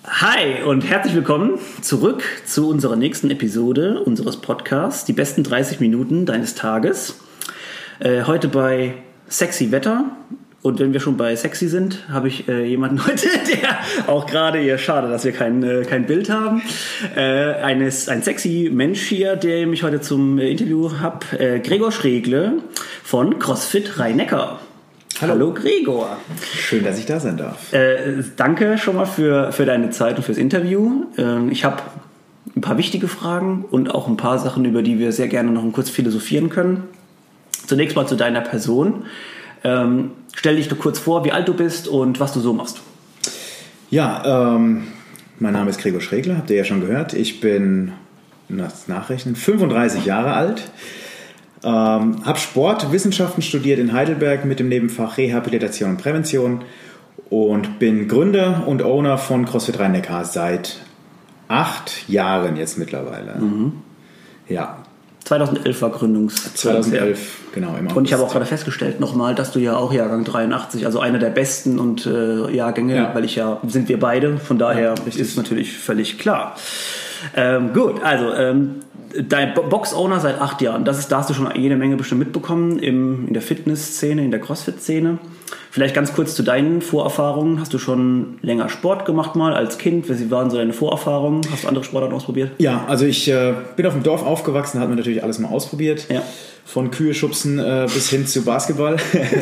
Hi und herzlich willkommen zurück zu unserer nächsten Episode unseres Podcasts, die besten 30 Minuten deines Tages. Heute bei sexy Wetter. Und wenn wir schon bei sexy sind, habe ich jemanden heute, der auch gerade hier, schade, dass wir kein Bild haben, ein sexy Mensch hier, der mich heute zum Interview habe, Gregor Schregle von CrossFit Rhein-Neckar. Hallo Gregor. Schön, dass ich da sein darf. Danke schon mal für deine Zeit und fürs Interview. Ich habe ein paar wichtige Fragen und auch ein paar Sachen, über die wir sehr gerne noch kurz philosophieren können. Zunächst mal zu deiner Person. Stell dich doch kurz vor, wie alt du bist und was du so machst. Ja, mein Name ist Gregor Schregle, habt ihr ja schon gehört. Ich bin, nachrechnen, 35 Jahre alt. Habe Sportwissenschaften studiert in Heidelberg mit dem Nebenfach Rehabilitation und Prävention und bin Gründer und Owner von CrossFit Rhein-Neckar seit 8 Jahren jetzt mittlerweile. Mhm. Ja. 2011 war Gründungszeit. 2011, genau. Im August. Und ich habe auch gerade festgestellt nochmal, dass du ja auch Jahrgang 83, also einer der besten und Jahrgänge, weil sind wir beide, von daher ist natürlich völlig klar. Gut, also dein Box-Owner seit 8 Jahren, da hast du schon jede Menge bestimmt mitbekommen in der Fitness-Szene, in der CrossFit-Szene. Vielleicht ganz kurz zu deinen Vorerfahrungen. Hast du schon länger Sport gemacht mal als Kind? Wie waren so deine Vorerfahrungen? Hast du andere Sportarten ausprobiert? Ja, also ich bin auf dem Dorf aufgewachsen, hat man natürlich alles mal ausprobiert. Ja. Von Kühe schubsen bis hin zu Basketball.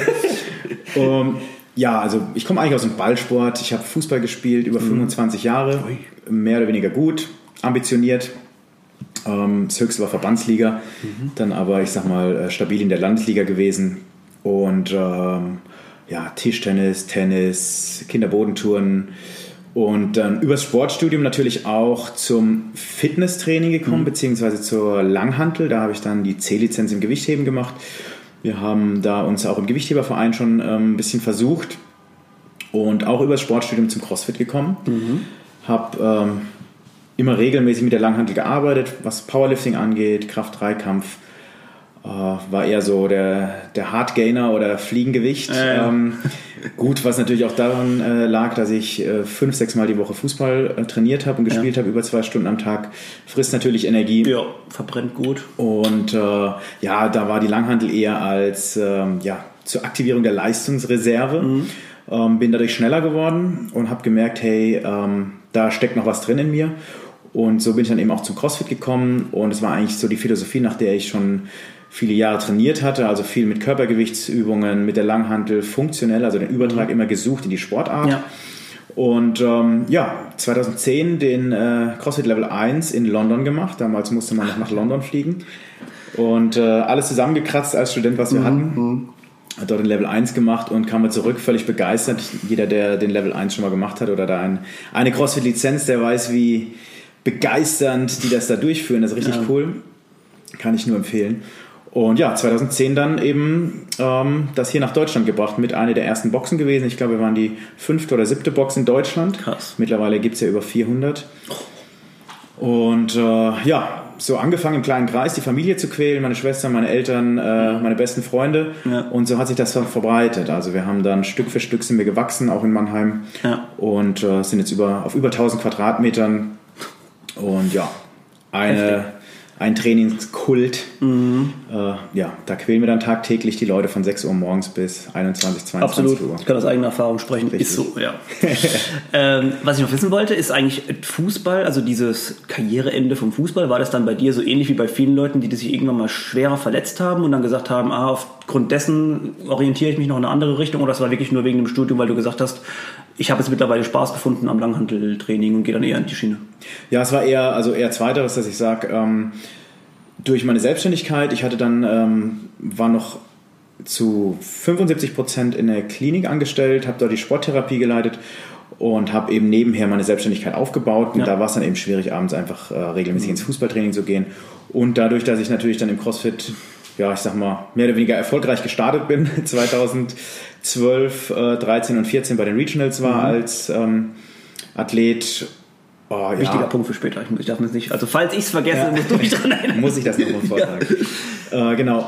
Ja, also ich komme eigentlich aus dem Ballsport. Ich habe Fußball gespielt über 25 Jahre. Mehr oder weniger gut, ambitioniert. Das höchste war Verbandsliga, dann aber, ich sag mal, stabil in der Landesliga gewesen und Tischtennis, Tennis, Kinderbodentouren und dann übers Sportstudium natürlich auch zum Fitnesstraining gekommen, beziehungsweise zur Langhantel. Da habe ich dann die C-Lizenz im Gewichtheben gemacht. Wir haben da uns auch im Gewichtheberverein schon ein bisschen versucht und auch übers Sportstudium zum CrossFit gekommen. Habe immer regelmäßig mit der Langhantel gearbeitet, was Powerlifting angeht, Kraft-3-Kampf. War eher so der Hardgainer oder Fliegengewicht. Gut, was natürlich auch daran lag, dass ich 5-6 Mal die Woche Fußball trainiert habe und gespielt habe, über 2 Stunden am Tag. Frisst natürlich Energie. Ja, verbrennt gut. Und da war die Langhantel eher als zur Aktivierung der Leistungsreserve. Bin dadurch schneller geworden und habe gemerkt, hey, da steckt noch was drin in mir. Und so bin ich dann eben auch zum CrossFit gekommen und es war eigentlich so die Philosophie, nach der ich schon viele Jahre trainiert hatte, also viel mit Körpergewichtsübungen, mit der Langhantel, funktionell, also den Übertrag immer gesucht in die Sportart. Ja. Und 2010 den CrossFit Level 1 in London gemacht, damals musste man noch nach London fliegen und alles zusammengekratzt als Student, was wir hatten. Hat dort den Level 1 gemacht und kam zurück, völlig begeistert. Jeder, der den Level 1 schon mal gemacht hat oder da eine CrossFit-Lizenz, der weiß, wie begeisternd die das da durchführen. Das ist richtig cool. Kann ich nur empfehlen. Und 2010 dann eben das hier nach Deutschland gebracht, mit einer der ersten Boxen gewesen. Ich glaube, wir waren die 5. oder 7. Box in Deutschland. Krass. Mittlerweile gibt es ja über 400. Und so angefangen im kleinen Kreis, die Familie zu quälen, meine Schwester, meine Eltern, meine besten Freunde. Ja. Und so hat sich das dann verbreitet. Also wir haben dann Stück für Stück sind wir gewachsen, auch in Mannheim. Ja. Und sind jetzt auf über 1000 Quadratmetern. Und ein Trainingskult. Da quälen wir dann tagtäglich die Leute von 6 Uhr morgens bis 21, 22 Absolut. Uhr. Ich kann aus eigener Erfahrung sprechen. Richtig. Ist so, ja. Was ich noch wissen wollte, ist eigentlich Fußball, also dieses Karriereende vom Fußball, war das dann bei dir so ähnlich wie bei vielen Leuten, die sich irgendwann mal schwerer verletzt haben und dann gesagt haben, aufgrund dessen orientiere ich mich noch in eine andere Richtung, oder das war wirklich nur wegen dem Studium, weil du gesagt hast, ich habe jetzt mittlerweile Spaß gefunden am Langhanteltraining und gehe dann eher in die Schiene? Ja, es war eher zweiteres, dass ich sage, durch meine Selbstständigkeit, ich hatte dann, war noch zu 75% in der Klinik angestellt, habe dort die Sporttherapie geleitet und habe eben nebenher meine Selbstständigkeit aufgebaut. Und da war es dann eben schwierig, abends einfach regelmäßig ins Fußballtraining zu gehen. Und dadurch, dass ich natürlich dann im CrossFit, ich sag mal, mehr oder weniger erfolgreich gestartet bin, 2012, 13 und 14 bei den Regionals war als Athlet. Wichtiger Punkt für später. Ich darf das nicht. Also falls ich es vergesse, musst du mich dran erinnern. Muss ich das nochmal vortragen. Genau.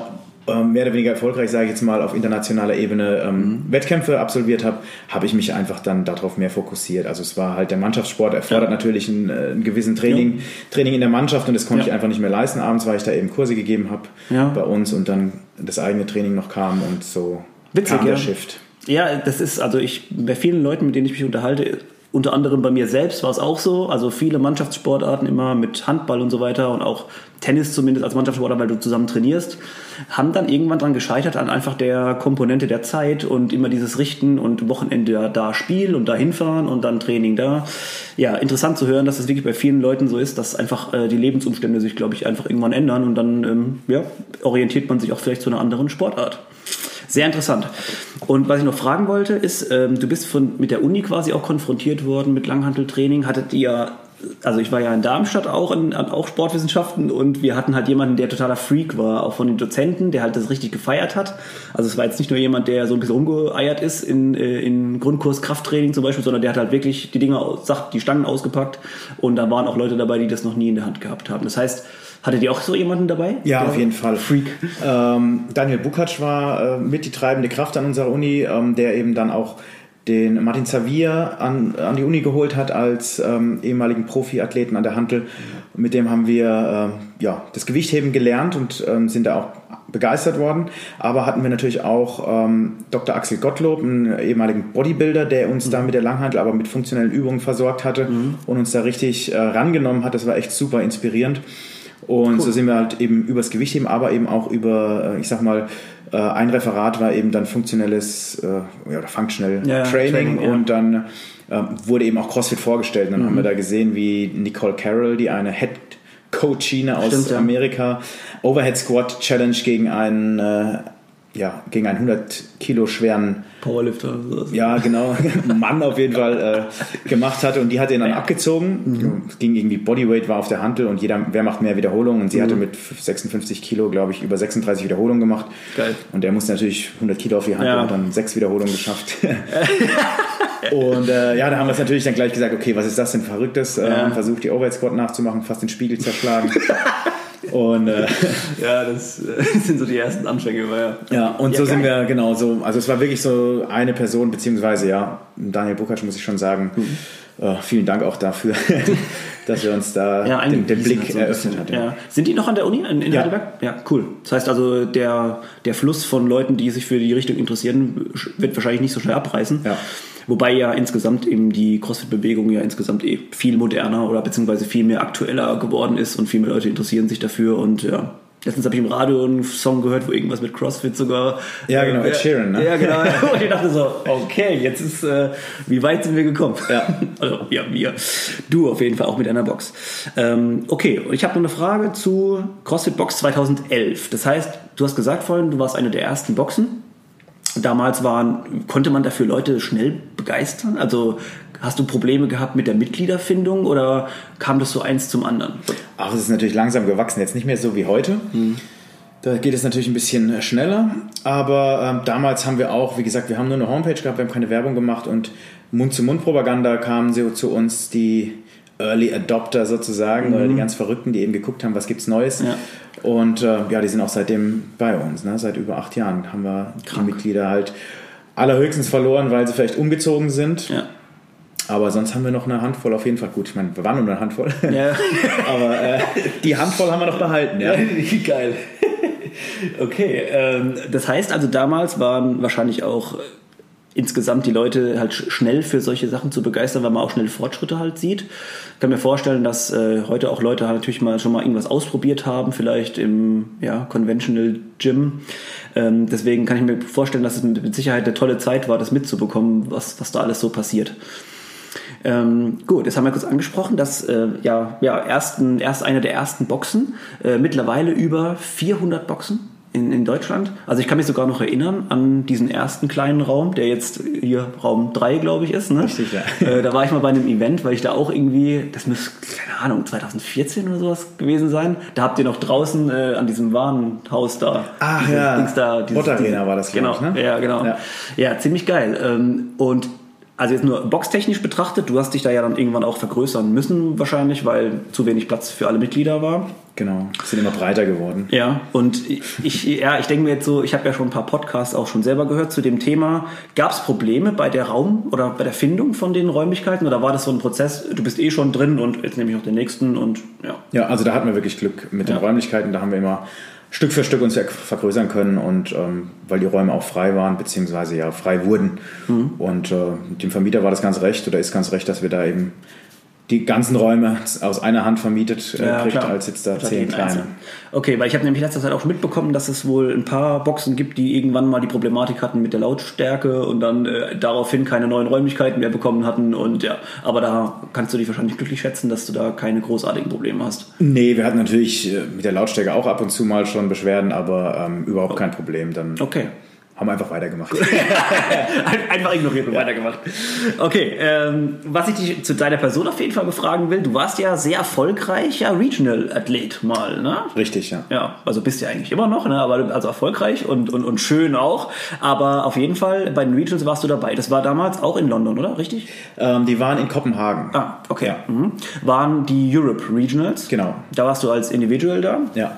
mehr oder weniger erfolgreich, sage ich jetzt mal, auf internationaler Ebene Wettkämpfe absolviert habe, habe ich mich einfach dann darauf mehr fokussiert. Also es war halt der Mannschaftssport, erfordert natürlich einen gewissen Training in der Mannschaft und das konnte ich einfach nicht mehr leisten abends, weil ich da eben Kurse gegeben habe bei uns und dann das eigene Training noch kam und so kam der Shift. Ja, das ist, also bei vielen Leuten, mit denen ich mich unterhalte, unter anderem bei mir selbst war es auch so, also viele Mannschaftssportarten immer mit Handball und so weiter und auch Tennis zumindest als Mannschaftssportler, weil du zusammen trainierst, haben dann irgendwann dran gescheitert an einfach der Komponente der Zeit und immer dieses Richten und Wochenende da Spiel und da hinfahren und dann Training da. Ja, interessant zu hören, dass es wirklich bei vielen Leuten so ist, dass einfach die Lebensumstände sich, glaube ich, einfach irgendwann ändern und dann orientiert man sich auch vielleicht zu einer anderen Sportart. Sehr interessant. Und was ich noch fragen wollte, ist, du bist mit der Uni quasi auch konfrontiert worden mit Langhanteltraining. Hattet ihr, also ich war ja in Darmstadt auch Sportwissenschaften und wir hatten halt jemanden, der totaler Freak war, auch von den Dozenten, der halt das richtig gefeiert hat. Also es war jetzt nicht nur jemand, der so ein bisschen rumgeeiert ist in Grundkurs Krafttraining zum Beispiel, sondern der hat halt wirklich die Stangen ausgepackt und da waren auch Leute dabei, die das noch nie in der Hand gehabt haben. Das heißt, hattet ihr auch so jemanden dabei? Ja, auf jeden Fall. Freak. Daniel Bukatsch war mit die treibende Kraft an unserer Uni, der eben dann auch den Martin Xavier an die Uni geholt hat als ehemaligen Profiathleten an der Hantel. Mit dem haben wir das Gewichtheben gelernt und sind da auch begeistert worden. Aber hatten wir natürlich auch Dr. Axel Gottlob, einen ehemaligen Bodybuilder, der uns da mit der Langhantel, aber mit funktionellen Übungen versorgt hatte und uns da richtig rangenommen hat. Das war echt super inspirierend. Und so sind wir halt eben übers Gewichtheben, aber eben auch über, ich sag mal, ein Referat war eben dann funktionelles oder Functional Training und dann wurde eben auch CrossFit vorgestellt. Und dann haben wir da gesehen, wie Nicole Carroll, die eine Head Coachine aus Amerika, Overhead Squat Challenge gegen einen 100 Kilo schweren Powerlifter. Ja, genau. Mann auf jeden Fall gemacht hatte und die hat ihn dann abgezogen. Es ging irgendwie Bodyweight war auf der Hantel und wer macht mehr Wiederholungen und sie hatte mit 56 Kilo, glaube ich, über 36 Wiederholungen gemacht. Geil. Und der musste natürlich 100 Kilo auf die Hantel und dann 6 Wiederholungen geschafft. Und da haben wir es natürlich dann gleich gesagt, okay, was ist das denn Verrücktes? Versucht die Overhead Squat nachzumachen, fast den Spiegel zerschlagen. Und das sind so die ersten Anfänge. So sind wir genau so. Also es war wirklich so eine Person, beziehungsweise Daniel Bukatsch, muss ich schon sagen. Vielen Dank auch dafür, dass wir uns da den Blick eröffnet hat. Ja. Sind die noch an der Uni in Heidelberg? Ja, cool. Das heißt also, der Fluss von Leuten, die sich für die Richtung interessieren, wird wahrscheinlich nicht so schnell abreißen. Ja. Wobei ja insgesamt eben die CrossFit-Bewegung ja insgesamt viel moderner oder beziehungsweise viel mehr aktueller geworden ist und viel mehr Leute interessieren sich dafür und letztens habe ich im Radio einen Song gehört, wo irgendwas mit CrossFit sogar... Ja, genau, Ed Sheeran, ne? Ja, genau. Und ich dachte so, okay, jetzt ist... wie weit sind wir gekommen? Ja. Also, wir. Du auf jeden Fall auch mit einer Box. Okay, und ich habe noch eine Frage zu CrossFit Box 2011. Das heißt, du hast gesagt vorhin, du warst eine der ersten Boxen. Damals konnte man dafür Leute schnell begeistern? Also hast du Probleme gehabt mit der Mitgliederfindung oder kam das so eins zum anderen? Ach, es ist natürlich langsam gewachsen, jetzt nicht mehr so wie heute. Da geht es natürlich ein bisschen schneller, aber damals haben wir auch, wie gesagt, wir haben nur eine Homepage gehabt, wir haben keine Werbung gemacht und Mund-zu-Mund-Propaganda kamen so zu uns, die Early Adopter sozusagen oder die ganz Verrückten, die eben geguckt haben, was gibt's Neues. Ja. Und die sind auch seitdem bei uns. Ne? Seit über 8 Jahren haben wir die Mitglieder halt allerhöchstens verloren, weil sie vielleicht umgezogen sind. Ja. Aber sonst haben wir noch eine Handvoll auf jeden Fall. Gut, ich meine, wir waren nur eine Handvoll. Ja. Aber die Handvoll haben wir noch behalten. Ja. Geil. Okay, das heißt also, damals waren wahrscheinlich auch insgesamt die Leute halt schnell für solche Sachen zu begeistern, weil man auch schnell Fortschritte halt sieht. Ich kann mir vorstellen, dass heute auch Leute halt natürlich schon mal irgendwas ausprobiert haben, vielleicht im Conventional Gym. Deswegen kann ich mir vorstellen, dass es mit Sicherheit eine tolle Zeit war, das mitzubekommen, was da alles so passiert. Gut, jetzt haben wir kurz angesprochen, dass erst eine der ersten Boxen, mittlerweile über 400 Boxen in Deutschland. Also ich kann mich sogar noch erinnern an diesen ersten kleinen Raum, der jetzt hier Raum 3, glaube ich, ist. Ne? Richtig, ja. Da war ich mal bei einem Event, weil ich da auch irgendwie, das müsste, keine Ahnung, 2014 oder sowas gewesen sein. Da habt ihr noch draußen an diesem Warenhaus da. Ach ja, Bot Arena war das, genau. Ich, ne? Ja, genau. Ja, ziemlich geil. Und Also jetzt nur boxtechnisch betrachtet, du hast dich da ja dann irgendwann auch vergrößern müssen wahrscheinlich, weil zu wenig Platz für alle Mitglieder war. Genau, sind immer breiter geworden. Ja, und ich denke mir jetzt so, ich habe ja schon ein paar Podcasts auch schon selber gehört zu dem Thema. Gab es Probleme bei der oder bei der Findung von den Räumlichkeiten oder war das so ein Prozess, du bist schon drin und jetzt nehme ich noch den nächsten und ja. Ja, also da hatten wir wirklich Glück mit den Räumlichkeiten, da haben wir immer Stück für Stück uns vergrößern können und weil die Räume auch frei waren, beziehungsweise ja frei wurden. Und dem Vermieter war das ganz recht oder ist ganz recht, dass wir da eben die ganzen Räume aus einer Hand vermietet kriegt, als jetzt da 10 kleine. Okay, weil ich habe nämlich letzter Zeit auch schon mitbekommen, dass es wohl ein paar Boxen gibt, die irgendwann mal die Problematik hatten mit der Lautstärke und dann daraufhin keine neuen Räumlichkeiten mehr bekommen hatten und ja, aber da kannst du dich wahrscheinlich glücklich schätzen, dass du da keine großartigen Probleme hast. Nee, wir hatten natürlich mit der Lautstärke auch ab und zu mal schon Beschwerden, aber überhaupt kein Problem. Dann haben wir einfach weitergemacht. Einfach ignoriert und weitergemacht. Okay, was ich dich zu deiner Person auf jeden Fall befragen will, du warst ja sehr erfolgreicher Regional-Athlet mal, ne? Richtig, ja. Ja, also bist ja eigentlich immer noch, ne? Aber also erfolgreich und schön auch. Aber auf jeden Fall bei den Regionals warst du dabei. Das war damals auch in London, oder? Richtig? Die waren in Kopenhagen. Ah, okay. Ja. Waren die Europe Regionals? Genau. Da warst du als Individual da? Ja.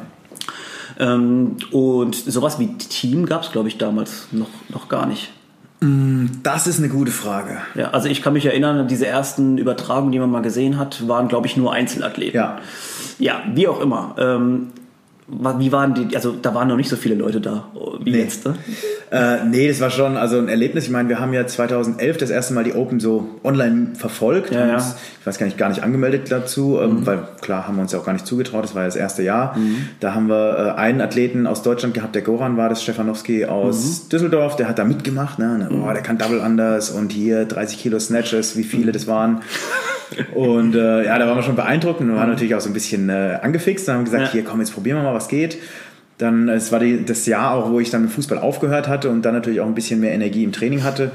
Und sowas wie Team gab es, glaube ich, damals noch gar nicht. Das ist eine gute Frage. Ja, also ich kann mich erinnern, an diese ersten Übertragungen, die man mal gesehen hat, waren, glaube ich, nur Einzelathleten. Ja. Ja, wie auch immer. Wie waren die, also da waren noch nicht so viele Leute da, wie jetzt, ne? Nee, das war schon also ein Erlebnis. Ich meine, wir haben ja 2011 das erste Mal die Open so online verfolgt. Ja, uns, ich weiß gar nicht angemeldet dazu, weil klar haben wir uns ja auch gar nicht zugetraut. Das war ja das erste Jahr. Da haben wir einen Athleten aus Deutschland gehabt, der Goran war das, Stefanowski aus Düsseldorf, der hat da mitgemacht. Ne? Der kann Double Unders und hier 30 Kilo Snatches, wie viele das waren. Und da waren wir schon beeindruckt und waren natürlich auch so ein bisschen angefixt. Dann haben wir gesagt, hier komm, jetzt probieren wir mal, was geht. Dann, es war das Jahr auch, wo ich dann mit Fußball aufgehört hatte und dann natürlich auch ein bisschen mehr Energie im Training hatte.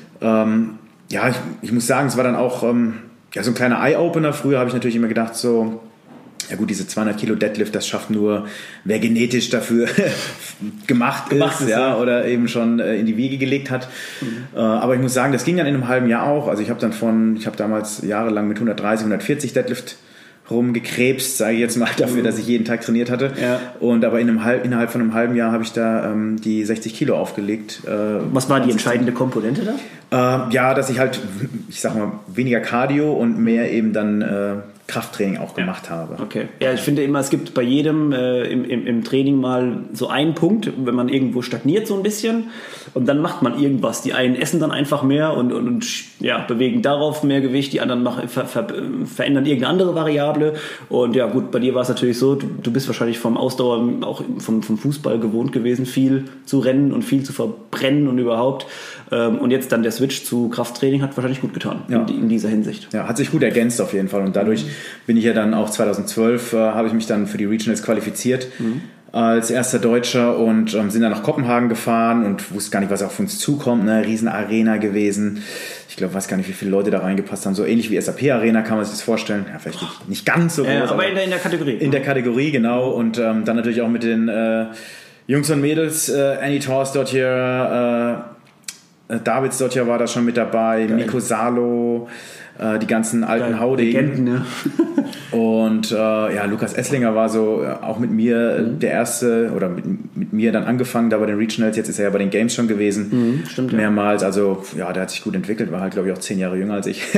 Ich muss sagen, es war dann auch so ein kleiner Eye-Opener. Früher habe ich natürlich immer gedacht, so, ja gut, diese 200 Kilo Deadlift, das schafft nur, wer genetisch dafür gemacht ist, oder eben schon in die Wiege gelegt hat. Aber ich muss sagen, das ging dann in einem halben Jahr auch. Also ich habe damals jahrelang mit 130, 140 Deadlift rumgekrebst, sage ich jetzt mal, dafür, dass ich jeden Tag trainiert hatte. Ja. Und aber innerhalb von einem halben Jahr habe ich da die 60 Kilo aufgelegt. Was war die entscheidende Komponente da? Dass ich halt, ich sag mal, weniger Cardio und mehr eben dann Krafttraining auch gemacht habe. Okay. Ja, ich finde immer, es gibt bei jedem im Training mal so einen Punkt, wenn man irgendwo stagniert so ein bisschen und dann macht man irgendwas. Die einen essen dann einfach mehr und bewegen darauf mehr Gewicht, die anderen verändern irgendeine andere Variable und ja gut, bei dir war es natürlich so, du bist wahrscheinlich vom Ausdauer, auch vom Fußball gewohnt gewesen, viel zu rennen und viel zu verbrennen und überhaupt und jetzt dann der Switch zu Krafttraining hat wahrscheinlich gut getan in dieser Hinsicht. Ja, hat sich gut ergänzt auf jeden Fall und dadurch bin ich ja dann auch 2012, habe ich mich dann für die Regionals qualifiziert als erster Deutscher und sind dann nach Kopenhagen gefahren und wusste gar nicht, was auf uns zukommt. Ne? Riesenarena gewesen. Ich glaube, weiß gar nicht, wie viele Leute da reingepasst haben. So ähnlich wie SAP Arena kann man sich das vorstellen. Ja, vielleicht nicht ganz so groß. Aber in der Kategorie. In der Kategorie, genau. Und dann natürlich auch mit den Jungs und Mädels. Annie Thors dort hier, Davids dort hier war da schon mit dabei. Geil. Miko Salo. Die ganzen alten Haudegen. Ne? Und Lukas Esslinger war so auch mit mir der erste oder mit mir dann angefangen, da bei den Regionals, jetzt ist er ja bei den Games schon gewesen. Stimmt, mehrmals, also der hat sich gut entwickelt, war halt glaube ich auch 10 Jahre jünger als ich.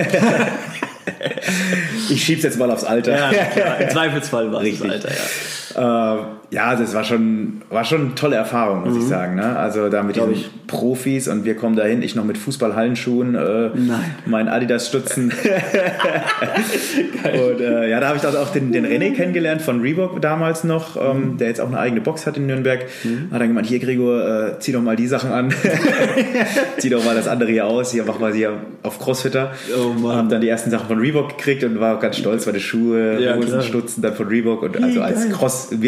Ich schieb's jetzt mal aufs Alter. Ja, klar. Im Zweifelsfall war es das Alter, das war schon eine tolle Erfahrung, muss ich sagen. Ne? Also da mit den Profis und wir kommen dahin, ich noch mit Fußball-Hallenschuhen, meinen Adidas-Stutzen. Und da habe ich auch den René kennengelernt von Reebok damals noch, der jetzt auch eine eigene Box hat in Nürnberg. Hat dann gemeint, hier Gregor, zieh doch mal die Sachen an. Zieh doch mal das andere hier aus, hier mach mal hier auf Crossfitter. Oh Mann. Hab dann die ersten Sachen von Reebok gekriegt und war auch ganz stolz, meine Schuhe, Hosen, Stutzen dann von Reebok und also als wirklich Crossfit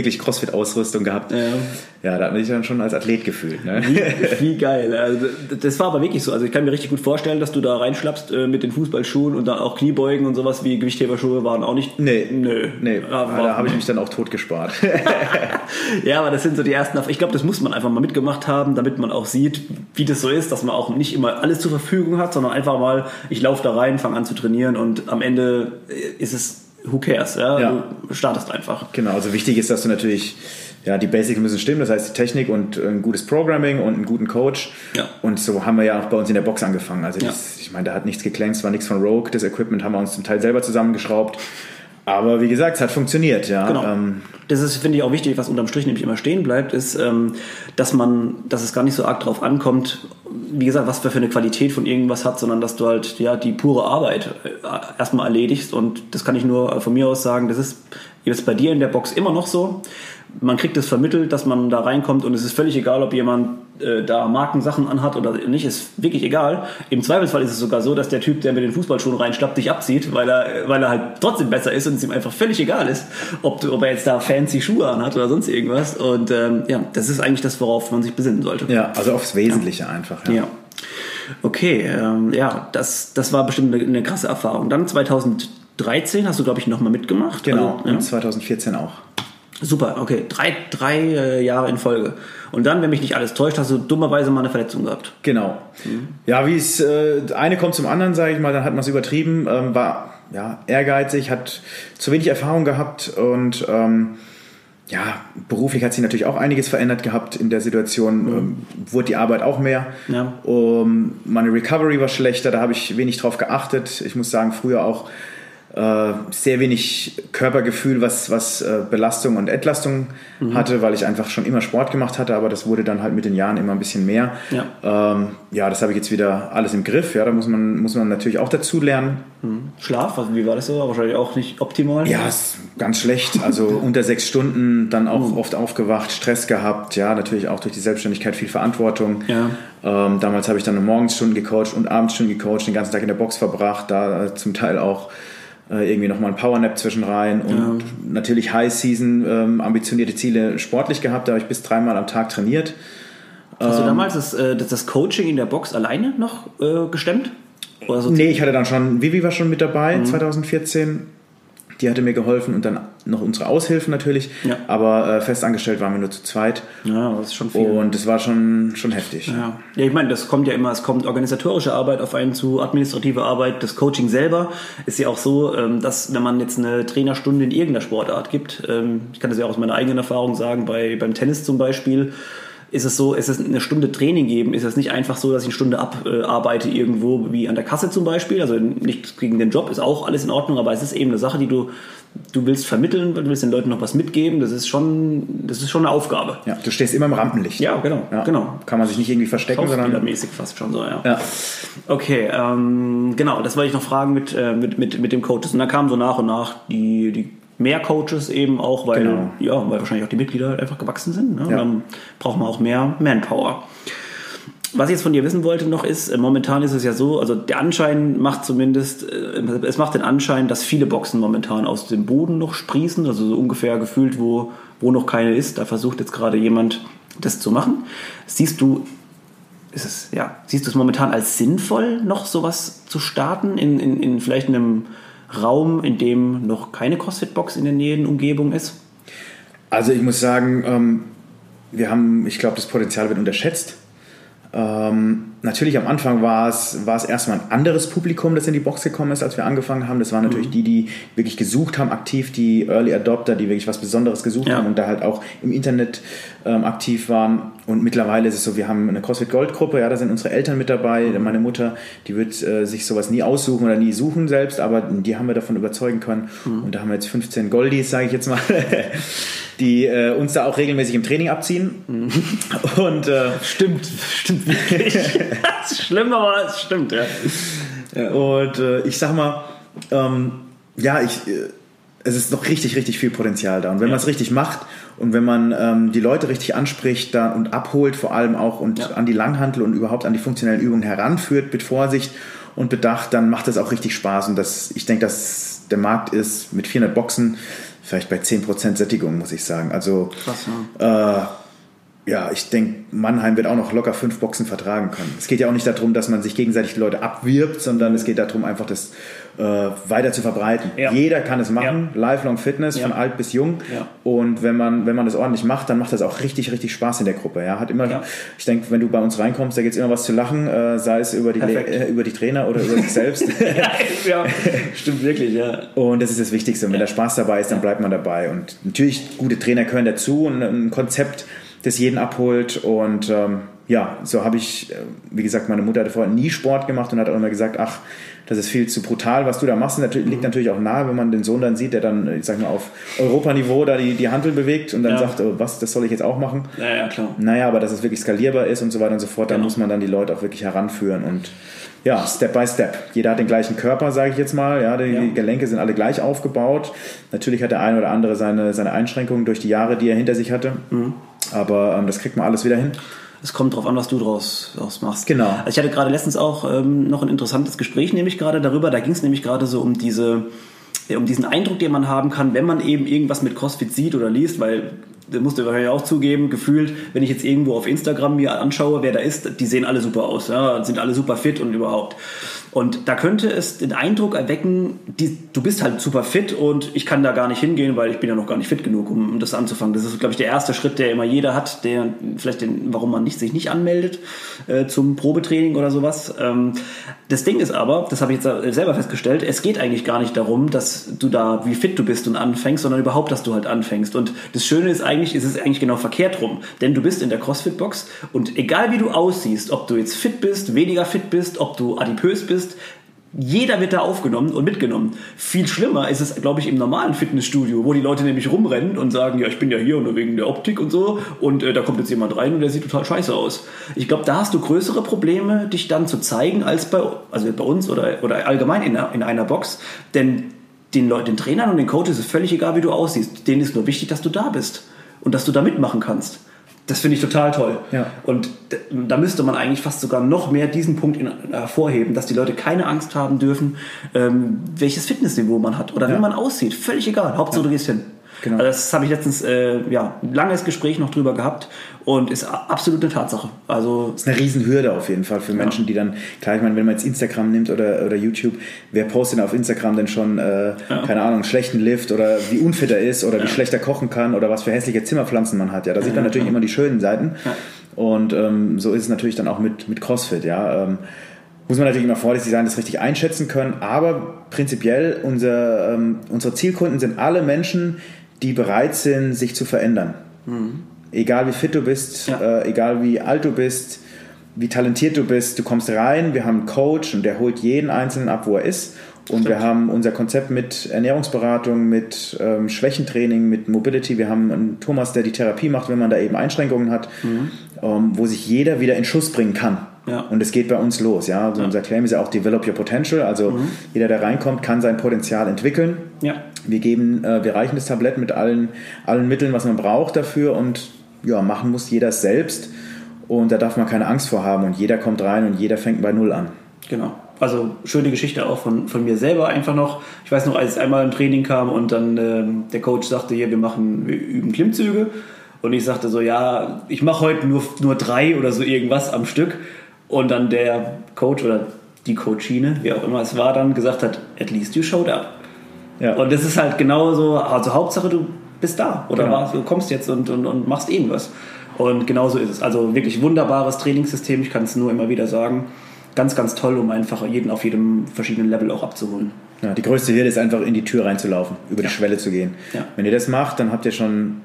CrossFit-Ausrüstung gehabt. Ja, da hat man sich dann schon als Athlet gefühlt. Ne? Wie geil. Also, das war aber wirklich so. Also ich kann mir richtig gut vorstellen, dass du da reinschlappst mit den Fußballschuhen und dann auch Kniebeugen und sowas wie Gewichtheberschuhe waren auch nicht... Nee. Da habe ich mich dann auch tot gespart. Ja, aber das sind so die ersten... Ich glaube, das muss man einfach mal mitgemacht haben, damit man auch sieht, wie das so ist, dass man auch nicht immer alles zur Verfügung hat, sondern einfach mal, ich laufe da rein, fange an zu trainieren und am Ende ist es... Who cares? Ja? Du startest einfach. Genau, also wichtig ist, dass du natürlich... Ja, die Basics müssen stimmen, das heißt die Technik und ein gutes Programming und einen guten Coach. Ja. Und so haben wir ja auch bei uns in der Box angefangen. Also ich meine, da hat nichts geklängt, es war nichts von Rogue. Das Equipment haben wir uns zum Teil selber zusammengeschraubt. Aber wie gesagt, es hat funktioniert. Ja. Genau. Das ist, finde ich, auch wichtig, was unterm Strich nämlich immer stehen bleibt, ist, dass es gar nicht so arg drauf ankommt, wie gesagt, was für eine Qualität von irgendwas hat, sondern dass du halt die pure Arbeit erstmal erledigst. Und das kann ich nur von mir aus sagen, das ist jetzt bei dir in der Box immer noch so. Man kriegt es vermittelt, dass man da reinkommt und es ist völlig egal, ob jemand da Markensachen anhat oder nicht, ist wirklich egal. Im Zweifelsfall ist es sogar so, dass der Typ, der mit den Fußballschuhen reinschlappt, dich abzieht, weil er halt trotzdem besser ist und es ihm einfach völlig egal ist, ob er jetzt da fancy Schuhe anhat oder sonst irgendwas. Und das ist eigentlich das, worauf man sich besinnen sollte. Ja, also aufs Wesentliche einfach. Ja. Okay, das war bestimmt eine krasse Erfahrung. Dann 2013 hast du, glaube ich, nochmal mitgemacht. Genau, also, und 2014 auch. Super, okay. Drei Jahre in Folge. Und dann, wenn mich nicht alles täuscht, hast du dummerweise mal eine Verletzung gehabt. Genau. Ja, wie es eine kommt zum anderen, sage ich mal, dann hat man es übertrieben, war ehrgeizig, hat zu wenig Erfahrung gehabt und beruflich hat sich natürlich auch einiges verändert gehabt in der Situation, wurde die Arbeit auch mehr. Ja. Meine Recovery war schlechter, da habe ich wenig drauf geachtet. Ich muss sagen, früher auch sehr wenig Körpergefühl, was Belastung und Entlastung hatte, weil ich einfach schon immer Sport gemacht hatte, aber das wurde dann halt mit den Jahren immer ein bisschen mehr. Ja, das habe ich jetzt wieder alles im Griff. Ja, da muss man natürlich auch dazu lernen. Schlaf, wie war das so? Wahrscheinlich auch nicht optimal? Ja, ist ganz schlecht. Also unter 6 Stunden, dann auch oft aufgewacht, Stress gehabt. Ja, natürlich auch durch die Selbstständigkeit viel Verantwortung. Ja. Damals habe ich dann Morgensstunden gecoacht und Abendstunden gecoacht, den ganzen Tag in der Box verbracht, da zum Teil auch irgendwie nochmal ein Powernap zwischen rein und natürlich High Season, ambitionierte Ziele sportlich gehabt, da habe ich bis 3-mal am Tag trainiert. Hast du damals das Coaching in der Box alleine noch gestemmt? Oder so? Nee, ich hatte dann schon, Vivi war schon mit dabei, 2014. Die hatte mir geholfen und dann noch unsere Aushilfen natürlich. Ja. Aber festangestellt waren wir nur zu zweit. Ja, das ist schon viel. Und das war schon heftig. Ja, ich meine, das kommt ja immer, es kommt organisatorische Arbeit auf einen zu, administrative Arbeit, das Coaching selber ist ja auch so, dass wenn man jetzt eine Trainerstunde in irgendeiner Sportart gibt, ich kann das ja auch aus meiner eigenen Erfahrung sagen, beim Tennis zum Beispiel, ist es so, es ist eine Stunde Training geben, ist es nicht einfach so, dass ich eine Stunde abarbeite irgendwo wie an der Kasse zum Beispiel, also nicht gegen den Job, ist auch alles in Ordnung, aber es ist eben eine Sache, die du willst vermitteln, du willst den Leuten noch was mitgeben, das ist schon eine Aufgabe. Ja, du stehst immer im Rampenlicht. Ja, genau. Kann man sich nicht irgendwie verstecken, sondern mäßig fast schon so, ja. Okay, genau, das wollte ich noch fragen mit dem Coaches und dann kamen so nach und nach die mehr Coaches eben auch, weil wahrscheinlich auch die Mitglieder halt einfach gewachsen sind. Ne? Ja. Dann braucht man auch mehr Manpower. Was ich jetzt von dir wissen wollte noch ist, momentan ist es ja so, also der Anschein macht zumindest, es macht den Anschein, dass viele Boxen momentan aus dem Boden noch sprießen, also so ungefähr gefühlt, wo noch keine ist, da versucht jetzt gerade jemand das zu machen. Siehst du es momentan als sinnvoll, noch sowas zu starten, in vielleicht einem Raum, in dem noch keine CrossFit-Box in der näheren Umgebung ist? Also ich muss sagen, ich glaube, das Potenzial wird unterschätzt. Natürlich am Anfang war es erstmal ein anderes Publikum, das in die Box gekommen ist, als wir angefangen haben. Das waren natürlich die wirklich gesucht haben, aktiv, die Early Adopter, die wirklich was Besonderes gesucht haben und da halt auch im Internet aktiv waren. Und mittlerweile ist es so, wir haben eine CrossFit Gold Gruppe, da sind unsere Eltern mit dabei. Meine Mutter, die wird sich sowas nie aussuchen oder nie suchen selbst, aber die haben wir davon überzeugen können. Und da haben wir jetzt 15 Goldies, sage ich jetzt mal, die uns da auch regelmäßig im Training abziehen. Und stimmt wirklich. Das ist schlimm, aber es stimmt, ja. Und ich sag mal, es ist noch richtig, richtig viel Potenzial da. Und wenn man es richtig macht und wenn man die Leute richtig anspricht und abholt vor allem auch und an die Langhantel und überhaupt an die funktionellen Übungen heranführt mit Vorsicht und Bedacht, dann macht das auch richtig Spaß. Und ich denke, dass der Markt ist mit 400 Boxen vielleicht bei 10% Sättigung, muss ich sagen. Also krass, ja, ich denke, Mannheim wird auch noch locker 5 Boxen vertragen können. Es geht ja auch nicht darum, dass man sich gegenseitig die Leute abwirbt, sondern es geht darum, einfach das weiter zu verbreiten. Ja. Jeder kann es machen, Lifelong Fitness, von alt bis jung. Ja. Und wenn man das ordentlich macht, dann macht das auch richtig, richtig Spaß in der Gruppe. Ja, ich denke, wenn du bei uns reinkommst, da gibt es immer was zu lachen, sei es über die Trainer oder über sich selbst. Ja, stimmt wirklich, ja. Und das ist das Wichtigste. Und wenn da Spaß dabei ist, dann bleibt man dabei. Und natürlich, gute Trainer gehören dazu und ein Konzept, das jeden abholt. Und so habe ich, wie gesagt, meine Mutter hatte vorher nie Sport gemacht und hat auch immer gesagt, ach, das ist viel zu brutal, was du da machst. Das liegt natürlich auch nahe, wenn man den Sohn dann sieht, der dann, ich sag mal, auf Europaniveau da die Hanteln bewegt und dann sagt, oh, was, das soll ich jetzt auch machen. Ja, klar. Naja, aber dass es wirklich skalierbar ist und so weiter und so fort, dann muss man dann die Leute auch wirklich heranführen und ja, Step by Step. Jeder hat den gleichen Körper, sage ich jetzt mal. Ja, die Gelenke sind alle gleich aufgebaut. Natürlich hat der eine oder andere seine Einschränkungen durch die Jahre, die er hinter sich hatte. Aber das kriegt man alles wieder hin. Es kommt drauf an, was du draus machst. Genau. Also ich hatte gerade letztens auch noch ein interessantes Gespräch, nämlich gerade darüber. Da ging es nämlich gerade so um diesen Eindruck, den man haben kann, wenn man eben irgendwas mit CrossFit sieht oder liest, weil das musst du wahrscheinlich auch zugeben, gefühlt, wenn ich jetzt irgendwo auf Instagram mir anschaue, wer da ist, die sehen alle super aus, ja, sind alle super fit und überhaupt. Und da könnte es den Eindruck erwecken, du bist halt super fit und ich kann da gar nicht hingehen, weil ich bin ja noch gar nicht fit genug, um das anzufangen. Das ist, glaube ich, der erste Schritt, der immer jeder hat, warum man sich nicht anmeldet zum Probetraining oder sowas. Das Ding ist aber, das habe ich jetzt selber festgestellt, es geht eigentlich gar nicht darum, dass du da, wie fit du bist und anfängst, sondern überhaupt, dass du halt anfängst. Und das Schöne ist eigentlich, es ist eigentlich genau verkehrt rum. Denn du bist in der CrossFit-Box und egal wie du aussiehst, ob du jetzt fit bist, weniger fit bist, ob du adipös bist, jeder wird da aufgenommen und mitgenommen. Viel schlimmer ist es, glaube ich, im normalen Fitnessstudio, wo die Leute nämlich rumrennen und sagen, ja, ich bin ja hier nur wegen der Optik und so und da kommt jetzt jemand rein und der sieht total scheiße aus. Ich glaube, da hast du größere Probleme, dich dann zu zeigen, als bei uns oder allgemein in einer Box, denn den Trainern und den Coaches ist völlig egal, wie du aussiehst. Denen ist nur wichtig, dass du da bist und dass du da mitmachen kannst. Das finde ich total toll. Ja. Und da müsste man eigentlich fast sogar noch mehr diesen Punkt hervorheben, dass die Leute keine Angst haben dürfen, welches Fitnessniveau man hat oder wie man aussieht. Völlig egal. Hauptsache du gehst hin. Genau. Also das habe ich letztens ein langes Gespräch noch drüber gehabt und ist absolut eine Tatsache. Also das ist eine Riesenhürde auf jeden Fall für Menschen, die dann, klar, ich meine, wenn man jetzt Instagram nimmt oder YouTube, wer postet denn auf Instagram denn schon, keine Ahnung, einen schlechten Lift oder wie unfit er ist oder wie schlecht er kochen kann oder was für hässliche Zimmerpflanzen man hat. Ja, da sieht man natürlich immer die schönen Seiten und so ist es natürlich dann auch mit CrossFit, muss man natürlich immer vorsichtig sein, das richtig einschätzen können, aber prinzipiell unsere Zielkunden sind alle Menschen, die bereit sind, sich zu verändern. Egal wie fit du bist, egal wie alt du bist, wie talentiert du bist, du kommst rein, wir haben einen Coach und der holt jeden Einzelnen ab, wo er ist. Und wir haben unser Konzept mit Ernährungsberatung, mit Schwächentraining, mit Mobility. Wir haben einen Thomas, der die Therapie macht, wenn man da eben Einschränkungen hat, wo sich jeder wieder in Schuss bringen kann. Ja. Und es geht bei uns los. Ja? Also unser Claim ist ja auch Develop Your Potential. Also jeder, der reinkommt, kann sein Potenzial entwickeln. Ja. Wir reichen das Tablett mit allen Mitteln, was man braucht dafür. Und machen muss jeder es selbst. Und da darf man keine Angst vor haben. Und jeder kommt rein und jeder fängt bei Null an. Genau. Also schöne Geschichte auch von mir selber einfach noch. Ich weiß noch, als ich einmal im Training kam und dann der Coach sagte, hier, wir üben Klimmzüge. Und ich sagte so, ja, ich mache heute nur 3 oder so irgendwas am Stück. Und dann der Coach oder die Coachine, wie auch immer es war, dann gesagt hat, at least you showed up. Ja. Und das ist halt genauso, also Hauptsache du bist da oder du kommst jetzt und machst irgendwas. Und genauso ist es. Also wirklich wunderbares Trainingssystem, ich kann es nur immer wieder sagen. Ganz, ganz toll, um einfach jeden auf jedem verschiedenen Level auch abzuholen. Ja, die größte Hürde ist einfach in die Tür reinzulaufen, über die Schwelle zu gehen. Ja. Wenn ihr das macht, dann habt ihr schon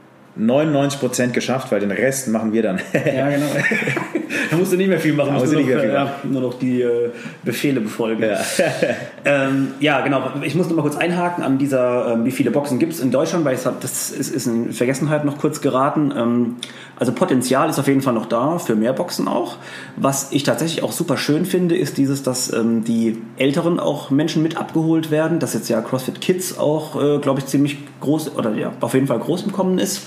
99% geschafft, weil den Rest machen wir dann. Ja, genau. Da musst du nicht mehr viel machen, nur noch die Befehle befolgen. Ja. Genau. Ich muss noch mal kurz einhaken an dieser, wie viele Boxen gibt es in Deutschland, weil das ist in Vergessenheit noch kurz geraten. Also Potenzial ist auf jeden Fall noch da, für mehr Boxen auch. Was ich tatsächlich auch super schön finde, ist dass die älteren auch Menschen mit abgeholt werden, dass jetzt ja CrossFit Kids auch, glaube ich, ziemlich groß oder auf jeden Fall groß im Kommen ist.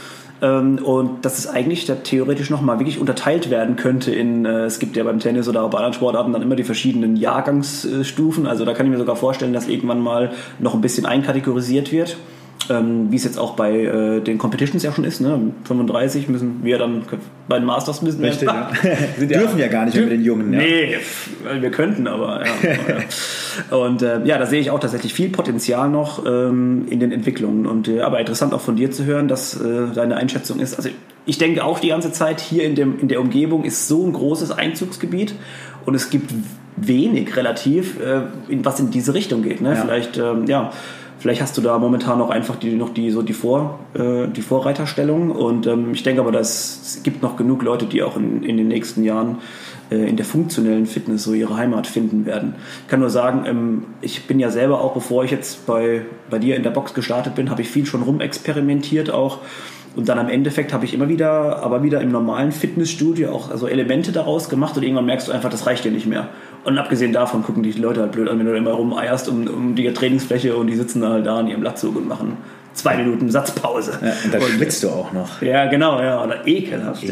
Und dass es eigentlich da theoretisch nochmal wirklich unterteilt werden könnte es gibt ja beim Tennis oder auch bei anderen Sportarten dann immer die verschiedenen Jahrgangsstufen, also da kann ich mir sogar vorstellen, dass irgendwann mal noch ein bisschen einkategorisiert wird. wie es jetzt auch bei den Competitions ja schon ist, ne? 35 müssen wir dann bei den Masters müssen. Richtig, ja. Dürfen ja gar nicht mehr mit den Jungen. Nee, wir könnten, aber ja. Und da sehe ich auch tatsächlich viel Potenzial noch in den Entwicklungen. Und aber interessant auch von dir zu hören, dass deine Einschätzung ist. Also ich denke auch die ganze Zeit, hier in der Umgebung ist so ein großes Einzugsgebiet und es gibt wenig relativ, was in diese Richtung geht. Ne? Ja. Vielleicht hast du da momentan noch einfach die Vorreiterstellung und ich denke aber, es gibt noch genug Leute, die auch in den nächsten Jahren in der funktionellen Fitness so ihre Heimat finden werden. Ich kann nur sagen, ich bin ja selber auch, bevor ich jetzt bei dir in der Box gestartet bin, habe ich viel schon rumexperimentiert auch. Und dann am Endeffekt habe ich immer wieder im normalen Fitnessstudio auch also Elemente daraus gemacht und irgendwann merkst du einfach, das reicht dir nicht mehr. Und abgesehen davon gucken die Leute halt blöd an, wenn du immer rumeierst um die Trainingsfläche und die sitzen halt da in ihrem Latzug und machen 2 Minuten Satzpause. Ja, und dann schwitzt du auch noch. Ja, genau, ja. Oder ekelhaft.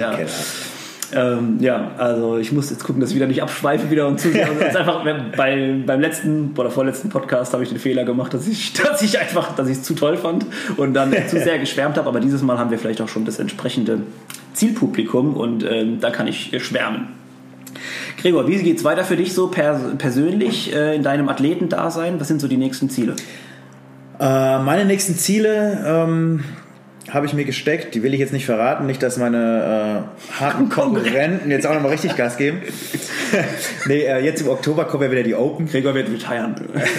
Also ich muss jetzt gucken, dass ich wieder nicht abschweife wieder und zu sehr. Also einfach beim letzten oder vorletzten Podcast habe ich den Fehler gemacht, dass ich es zu toll fand und dann zu sehr geschwärmt habe. Aber dieses Mal haben wir vielleicht auch schon das entsprechende Zielpublikum und da kann ich schwärmen. Gregor, wie geht's weiter für dich so persönlich in deinem Athletendasein? Was sind so die nächsten Ziele? Meine nächsten Ziele habe ich mir gesteckt, die will ich jetzt nicht verraten, nicht, dass meine harten Konkurrenten jetzt auch nochmal richtig Gas geben. Nee, jetzt im Oktober kommen ja wieder die Open. Gregor wird retiren.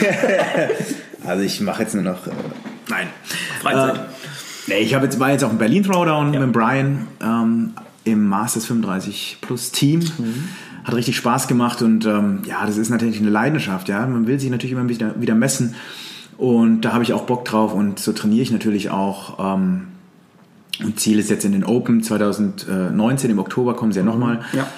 Also ich mache jetzt nur noch... nein. Freizeit. Ich war jetzt auch im Berlin Throwdown mit Brian im Masters 35 Plus Team. Hat richtig Spaß gemacht und das ist natürlich eine Leidenschaft. Ja? Man will sich natürlich immer wieder messen und da habe ich auch Bock drauf und so trainiere ich natürlich auch. Und Ziel ist jetzt in den Open 2019, im Oktober kommen sie ja nochmal,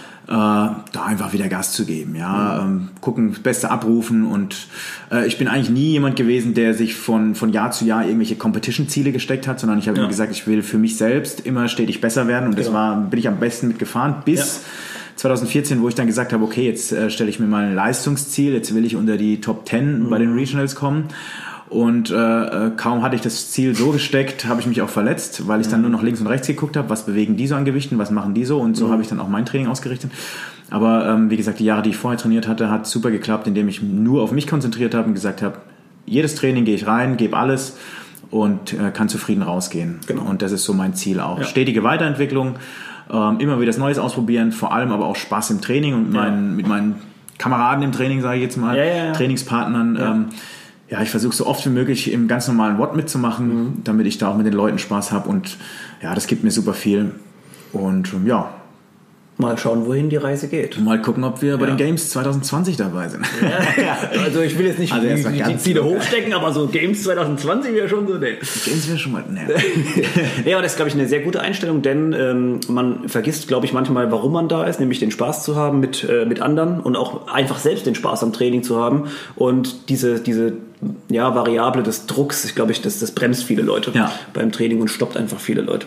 da einfach wieder Gas zu geben. Gucken, das Beste abrufen und ich bin eigentlich nie jemand gewesen, der sich von Jahr zu Jahr irgendwelche Competition-Ziele gesteckt hat, sondern ich habe immer gesagt, ich will für mich selbst immer stetig besser werden und bin ich am besten mitgefahren bis 2014, wo ich dann gesagt habe, okay, jetzt stelle ich mir mal ein Leistungsziel, jetzt will ich unter die Top 10 bei den Regionals kommen. Und kaum hatte ich das Ziel so gesteckt, habe ich mich auch verletzt, weil ich dann nur noch links und rechts geguckt habe, was bewegen die so an Gewichten, was machen die so und so habe ich dann auch mein Training ausgerichtet. Aber wie gesagt, die Jahre, die ich vorher trainiert hatte, hat super geklappt, indem ich nur auf mich konzentriert habe und gesagt habe, jedes Training gehe ich rein, gebe alles und kann zufrieden rausgehen. Genau. Und das ist so mein Ziel auch. Ja. Stetige Weiterentwicklung, immer wieder das Neues ausprobieren, vor allem aber auch Spaß im Training und mit meinen Kameraden im Training, sage ich jetzt mal, Trainingspartnern, ich versuche so oft wie möglich im ganz normalen Watt mitzumachen, damit ich da auch mit den Leuten Spaß habe und das gibt mir super viel und mal schauen, wohin die Reise geht. Mal gucken, ob wir bei den Games 2020 dabei sind. Also ich will jetzt nicht die Ziele hochstecken, aber so Games 2020 wäre schon so. Games wäre schon mal. Aber das ist, glaube ich, eine sehr gute Einstellung, denn man vergisst, glaube ich, manchmal, warum man da ist, nämlich den Spaß zu haben mit anderen und auch einfach selbst den Spaß am Training zu haben. Und diese Variable des Drucks, ich glaube, das bremst viele Leute beim Training und stoppt einfach viele Leute.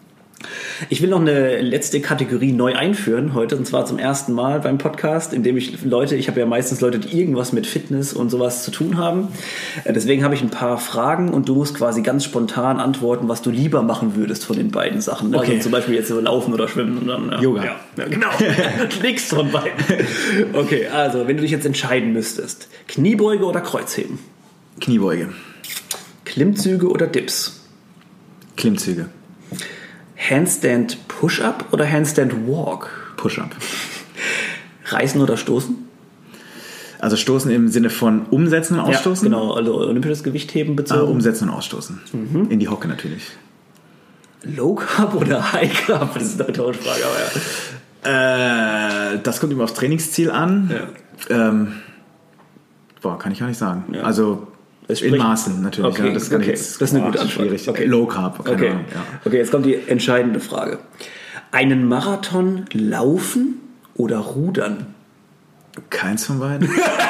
Ich will noch eine letzte Kategorie neu einführen heute, und zwar zum ersten Mal beim Podcast, indem ich habe ja meistens Leute, die irgendwas mit Fitness und sowas zu tun haben. Deswegen habe ich ein paar Fragen und du musst quasi ganz spontan antworten, was du lieber machen würdest von den beiden Sachen. Okay. Also zum Beispiel jetzt so laufen oder schwimmen und dann Yoga. Ja, genau. Nichts von beiden. Okay, also wenn du dich jetzt entscheiden müsstest, Kniebeuge oder Kreuzheben? Kniebeuge. Klimmzüge oder Dips? Klimmzüge. Handstand Push-Up oder Handstand Walk? Push-Up. Reißen oder stoßen? Also stoßen im Sinne von umsetzen und ausstoßen? Ja, genau, also olympisches Gewichtheben bezogen. Umsetzen und ausstoßen. In die Hocke natürlich. Low Carb oder High Carb? Das ist eine Tauschfrage, aber das kommt immer aufs Trainingsziel an. Ja. Kann ich gar nicht sagen. Ja. Also in Maßen natürlich. Okay, das ist eine gute Antwort. Schwierig. Okay. Low Carb. Okay. Ahnung, okay, jetzt kommt die entscheidende Frage. Einen Marathon laufen oder rudern? Keins von beiden.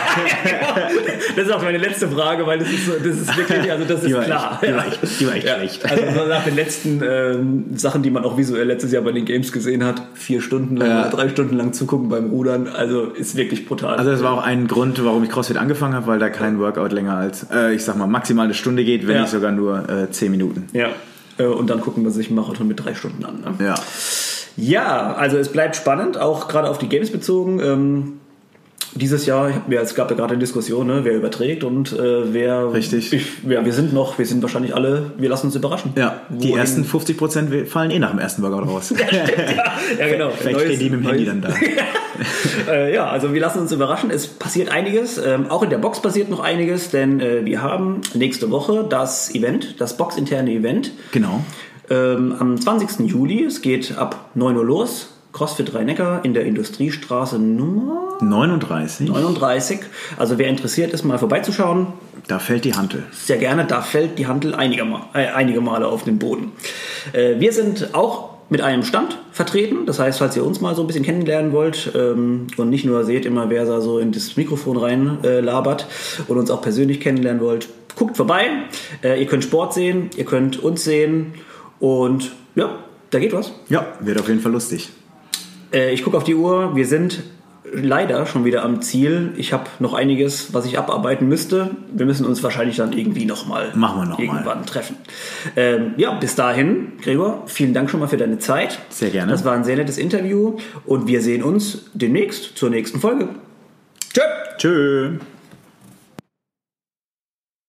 Das ist auch meine letzte Frage, weil das ist wirklich, also das ist klar. Die war echt schlecht. Also nach den letzten Sachen, die man auch visuell letztes Jahr bei den Games gesehen hat, 4 Stunden lang oder 3 Stunden lang zugucken beim Rudern, also ist wirklich brutal. Also das war auch ein Grund, warum ich CrossFit angefangen habe, weil da kein Workout länger als, ich sag mal, maximal eine Stunde geht, wenn nicht sogar nur 10 Minuten. Ja, und dann gucken wir sich einen Marathon mit 3 Stunden an. Ne? Ja. Ja, also es bleibt spannend, auch gerade auf die Games bezogen. Dieses Jahr, es gab ja gerade eine Diskussion, ne, wer überträgt und wer... Richtig. Wir sind wahrscheinlich alle, wir lassen uns überraschen. Ja, die ersten 50% fallen nach dem ersten Workout raus. Ja, genau. Vielleicht stehen die mit dem Handy dann da. Ja, also wir lassen uns überraschen. Es passiert einiges. Auch in der Box passiert noch einiges, denn wir haben nächste Woche das boxinterne Event. Genau. Am 20. Juli, es geht ab 9 Uhr los, CrossFit Rhein-Neckar in der Industriestraße Nummer 39. Also wer interessiert ist, mal vorbeizuschauen. Da fällt die Hantel. Sehr gerne, da fällt die Hantel einige Male auf den Boden. Wir sind auch mit einem Stand vertreten, das heißt, falls ihr uns mal so ein bisschen kennenlernen wollt und nicht nur seht immer, wer da so in das Mikrofon rein labert und uns auch persönlich kennenlernen wollt, guckt vorbei. Ihr könnt Sport sehen, ihr könnt uns sehen. Und ja, da geht was. Ja, wird auf jeden Fall lustig. Ich gucke auf die Uhr. Wir sind leider schon wieder am Ziel. Ich habe noch einiges, was ich abarbeiten müsste. Wir müssen uns wahrscheinlich dann irgendwie nochmal irgendwann treffen. Ja, bis dahin, Gregor, vielen Dank schon mal für deine Zeit. Sehr gerne. Das war ein sehr nettes Interview und wir sehen uns demnächst zur nächsten Folge. Tschö. Tschö.